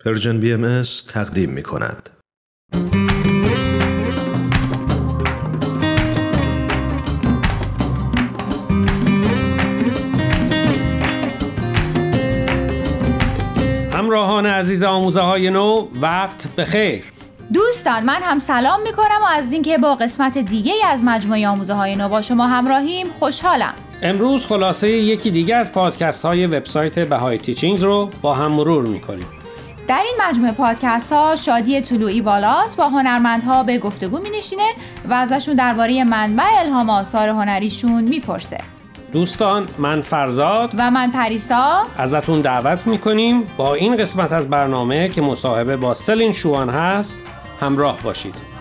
پرژن BMS تقدیم می کند. همراهان عزیز آموزه‌های نو، وقت بخیر. دوستان، من هم سلام میکنم و از اینکه با قسمت دیگه از مجموعه آموزه‌های نو با شما همراهیم خوشحالم. امروز خلاصه یکی دیگه از پادکست های وبسایت بهای تیچینگز رو با هم مرور میکنیم. در این مجموعه پادکست ها شادی طلوعی والاس با هنرمندها به گفتگو مینشینه و ازشون درباره منبع الهام آثار هنریشون میپرسه. دوستان، من فرزاد و من پریسا ازتون دعوت میکنیم با این قسمت از برنامه که مصاحبه با سلین شوان هست همراه باشید.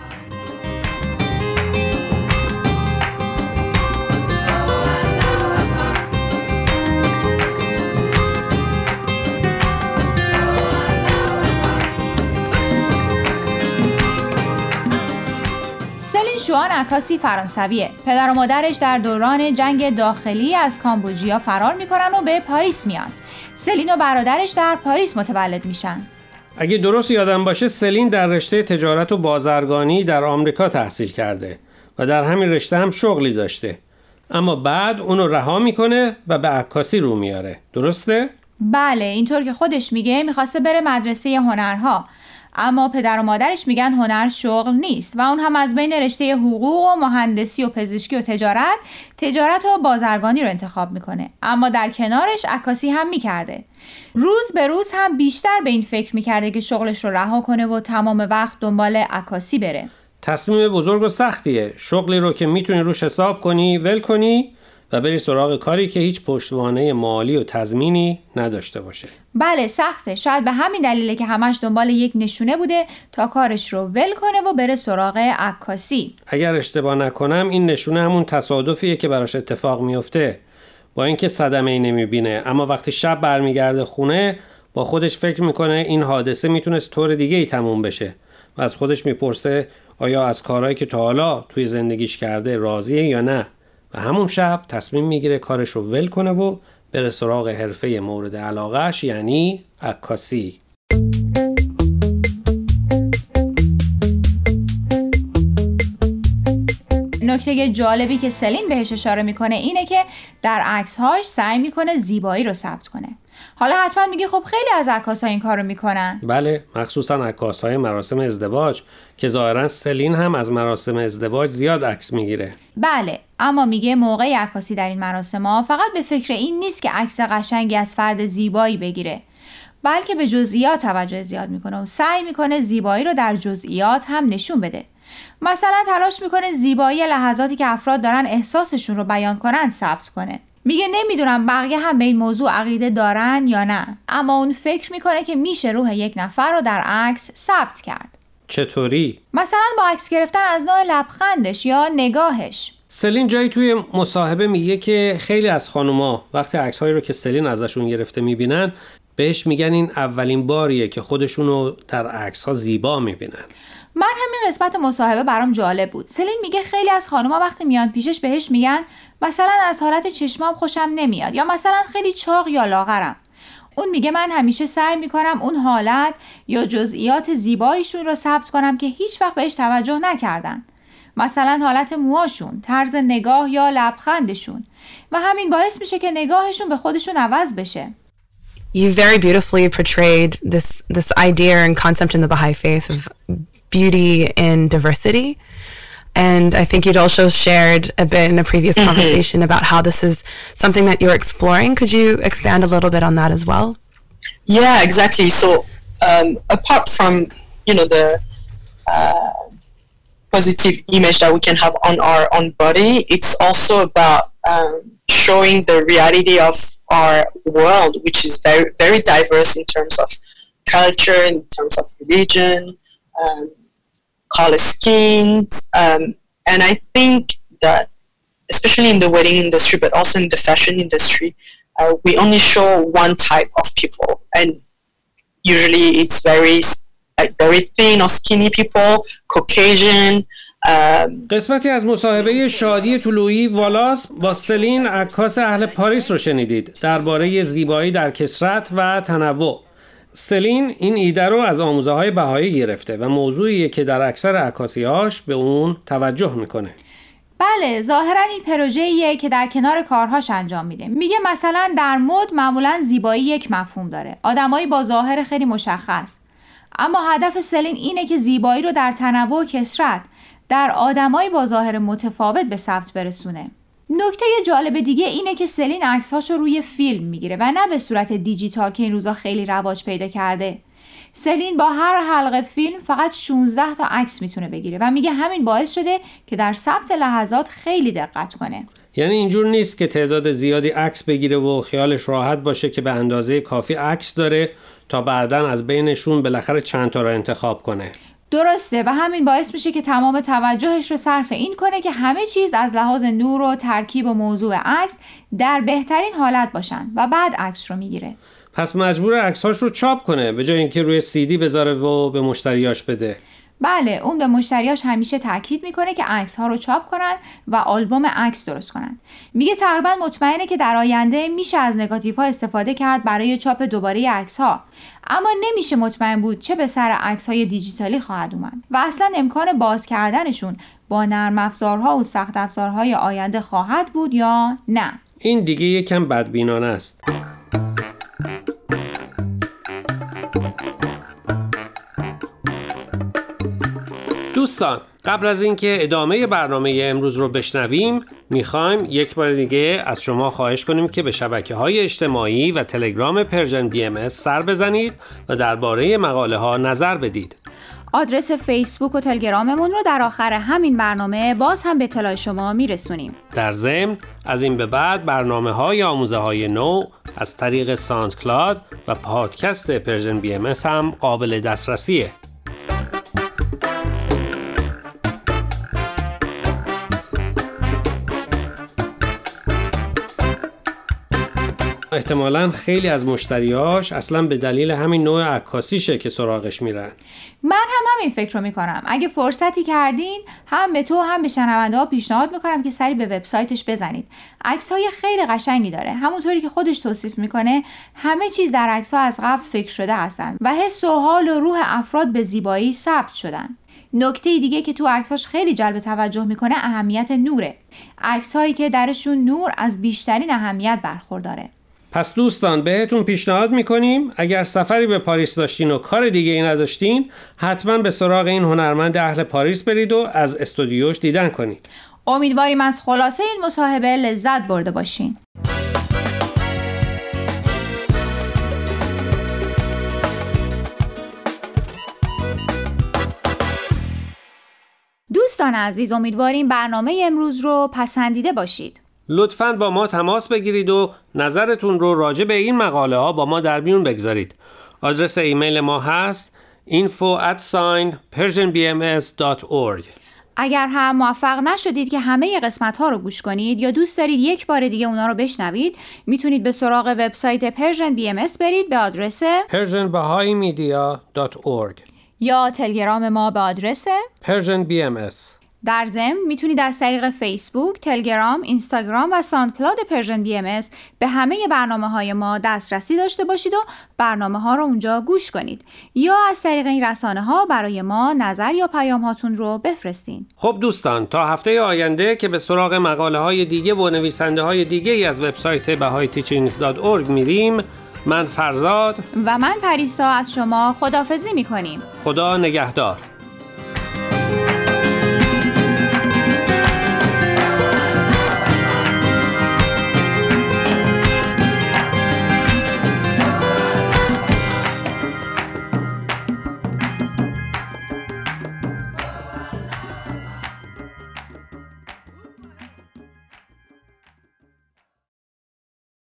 سلین شوان عکاسی فرانسویه. پدر و مادرش در دوران جنگ داخلی از کامبوجیا فرار میکنن و به پاریس میان. سلین و برادرش در پاریس متولد میشن. اگه درست یادم باشه سلین در رشته تجارت و بازرگانی در آمریکا تحصیل کرده و در همین رشته هم شغلی داشته، اما بعد اونو رها میکنه و به عکاسی رو میاره. درسته؟ بله، اینطور که خودش میگه میخواسته بره مدرسه هنرها، اما پدر و مادرش میگن هنر شغل نیست و اون هم از بین رشته حقوق و مهندسی و پزشکی و تجارت و بازرگانی رو انتخاب میکنه، اما در کنارش عکاسی هم میکرده. روز به روز هم بیشتر به این فکر میکرده که شغلش رو رها کنه و تمام وقت دنبال عکاسی بره. تصمیم بزرگ و سختیه. شغلی رو که میتونی روش حساب کنی ول کنی و بری سراغ کاری که هیچ پشتوانه مالی و تضمینی نداشته باشه. بله سخته. شاید به همین دلیله که همش دنبال یک نشونه بوده تا کارش رو ول کنه و بره سراغ عکاسی. اگر اشتباه نکنم این نشونه همون تصادفیه که براش اتفاق میفته. با اینکه صدمه‌ای نمیبینه، اما وقتی شب برمیگرده خونه با خودش فکر میکنه این حادثه میتونست طور دیگه‌ای تموم بشه و از خودش میپرسه آیا از کارهایی که تا حالا توی زندگیش کرده راضیه یا نه. و همون شب تصمیم میگیره کارش رو ول کنه و بره سراغ حرفه مورد علاقهش، یعنی عکاسی. نکته جالبی که سلین بهش اشاره میکنه اینه که در عکس‌هاش سعی میکنه زیبایی رو ثبت کنه. حالا حتما میگه خب خیلی از عکاس‌ها این کارو میکنن. بله، مخصوصا عکاس‌های مراسم ازدواج که ظاهرا سلین هم از مراسم ازدواج زیاد عکس میگیره. بله، اما میگه موقع عکاسی در این مراسم‌ها فقط به فکر این نیست که عکس قشنگی از فرد زیبایی بگیره، بلکه به جزئیات توجه زیاد میکنه و سعی میکنه زیبایی رو در جزئیات هم نشون بده. مثلا تلاش میکنه زیبایی لحظاتی که افراد دارن احساسشون رو بیان کنن ثبت کنه. میگه نمیدونم بقیه هم به این موضوع عقیده دارن یا نه، اما اون فکر میکنه که میشه روح یک نفر رو در عکس ثبت کرد. چطوری؟ مثلا با عکس گرفتن از نوع لبخندش یا نگاهش. سلین جایی توی مصاحبه میگه که خیلی از خانوما وقتی عکس‌هایی رو که سلین ازشون گرفته میبینن بهش میگن این اولین باریه که خودشونو در عکس‌ها زیبا میبینن. من همین قسمت مصاحبه برام جالب بود. سلین میگه خیلی از خانوما وقتی میان پیشش بهش میگن مثلا از حالت چشمام خوشم نمیاد یا مثلا خیلی چاق یا لاغرم. اون میگه من همیشه سعی میکنم اون حالت یا جزئیات زیباییشون رو ثبت کنم که هیچ وقت بهش توجه نکردن. مثلا حالت موهاشون، طرز نگاه یا لبخندشون، و همین باعث میشه که نگاهشون به خودشون عوض بشه. You very beautifully portrayed this idea and concept in the Baha'i faith of beauty in diversity. And I think you'd also shared a bit in a previous conversation about how this is something that you're exploring. Could you expand a little bit on that as well? Yeah, exactly. So apart from, the positive image that we can have on our own body, it's also about showing the reality of our world, which is very, very diverse in terms of culture, in terms of religion, color skins, and I think that especially in the wedding industry but also in the fashion industry we only show one type of people, and usually it's very thin or skinny people, Caucasian. قسمتی از مصاحبه شادی طلوعی والاس با سلین عکاس اهل پاریس رو شنیدید درباره زیبایی در کثرت و تنوع. سلین این ایده رو از آموزه‌های بهایی گرفته و موضوعیه که در اکثر عکاسی‌هاش به اون توجه میکنه. بله، ظاهرا این پروژه‌ایه که در کنار کارهاش انجام میده. میگه مثلا در مد معمولا زیبایی یک مفهوم داره، آدمایی با ظاهر خیلی مشخص. اما هدف سلین اینه که زیبایی رو در تنوع و کثرت در آدمایی با ظاهر متفاوت به ثبت برسونه. نکته جالب دیگه اینه که سلین عکس‌هاشو روی فیلم میگیره و نه به صورت دیجیتال که این روزا خیلی رواج پیدا کرده. سلین با هر حلقه فیلم فقط 16 تا عکس میتونه بگیره و میگه همین باعث شده که در ثبت لحظات خیلی دقت کنه. یعنی اینجور نیست که تعداد زیادی عکس بگیره و خیالش راحت باشه که به اندازه کافی عکس داره تا بعداً از بینشون بالاخره چند تا رو انتخاب کنه. درسته، و همین باعث میشه که تمام توجهش رو صرف این کنه که همه چیز از لحاظ نور و ترکیب و موضوع عکس در بهترین حالت باشن و بعد عکس رو میگیره. پس مجبور عکس‌هاش رو چاپ کنه به جای اینکه روی CD بذاره و به مشتریاش بده. بله، اون به مشتریاش همیشه تاکید میکنه که عکس‌ها رو چاپ کنن و آلبوم عکس درست کنن. میگه تقریبا مطمئنه که در آینده میشه از نگاتیوها استفاده کرد برای چاپ دوباره عکس‌ها، اما نمیشه مطمئن بود چه به سر عکس‌های دیجیتالی خواهد اومد و اصلا امکان باز کردنشون با نرم افزارها و سخت افزارهای آینده خواهد بود یا نه. این دیگه یکم بدبینانه است. دوستان، قبل از اینکه ادامه برنامه امروز رو بشنویم میخوایم یک بار دیگه از شما خواهش کنیم که به شبکه‌های اجتماعی و تلگرام پرژن BMS سر بزنید و درباره مقاله ها نظر بدید. آدرس فیسبوک و تلگراممون رو در آخر همین برنامه باز هم به اطلاع شما میرسونیم. در ضمن از این به بعد برنامه‌های آموزه‌های نو از طریق ساوند کلاد و پادکست پرژن BMS هم قابل دسترسیه. احتمالاً خیلی از مشتریاش اصلاً به دلیل همین نوع عکاسیشه که سراغش میرن. من هم همین فکر رو میکنم. اگه فرصتی کردین هم به تو هم به شنونده ها پیشنهاد میکنم که سری به وبسایتش بزنید. عکس‌های خیلی قشنگی داره. همونطوری که خودش توصیف میکنه همه چیز در عکس‌ها از قبل فکر شده هستن و حس و حال و روح افراد به زیبایی ثبت شدن. نکته دیگه که تو عکساش خیلی جلب توجه میکنه اهمیت نوره. عکس‌هایی که درشون نور از بیشترین اهمیت برخورداره. پس دوستان بهتون پیشنهاد میکنیم اگر سفری به پاریس داشتین و کار دیگه ای نداشتین حتما به سراغ این هنرمند اهل پاریس برید و از استودیوش دیدن کنید. امیدواریم از خلاصه این مصاحبه لذت برده باشین. دوستان عزیز، امیدواریم برنامه امروز رو پسندیده باشید. لطفاً با ما تماس بگیرید و نظرتون رو راجع به این مقاله ها با ما در میون بگذارید. آدرس ایمیل ما هست info@persianbms.org. اگر هم موفق نشدید که همه قسمت ها رو گوش کنید یا دوست دارید یک بار دیگه اونا رو بشنوید، میتونید به سراغ وبسایت پرژن BMS برید به آدرس persianbahaimedia.org یا تلگرام ما به آدرس Persian BMS. در ضمن میتونید از طریق فیسبوک، تلگرام، اینستاگرام و ساوند کلاد پرژن BMS به همه برنامه‌های ما دسترسی داشته باشید و برنامه‌ها رو اونجا گوش کنید یا از طریق این رسانه‌ها برای ما نظر یا پیام هاتون رو بفرستین. خب دوستان، تا هفته آینده که به سراغ مقاله‌های دیگه و نویسنده‌های دیگه از وبسایت bahaiteachings.org میریم، من فرزاد و من پریسا از شما خداحافظی می‌کنیم. خدا نگهدار.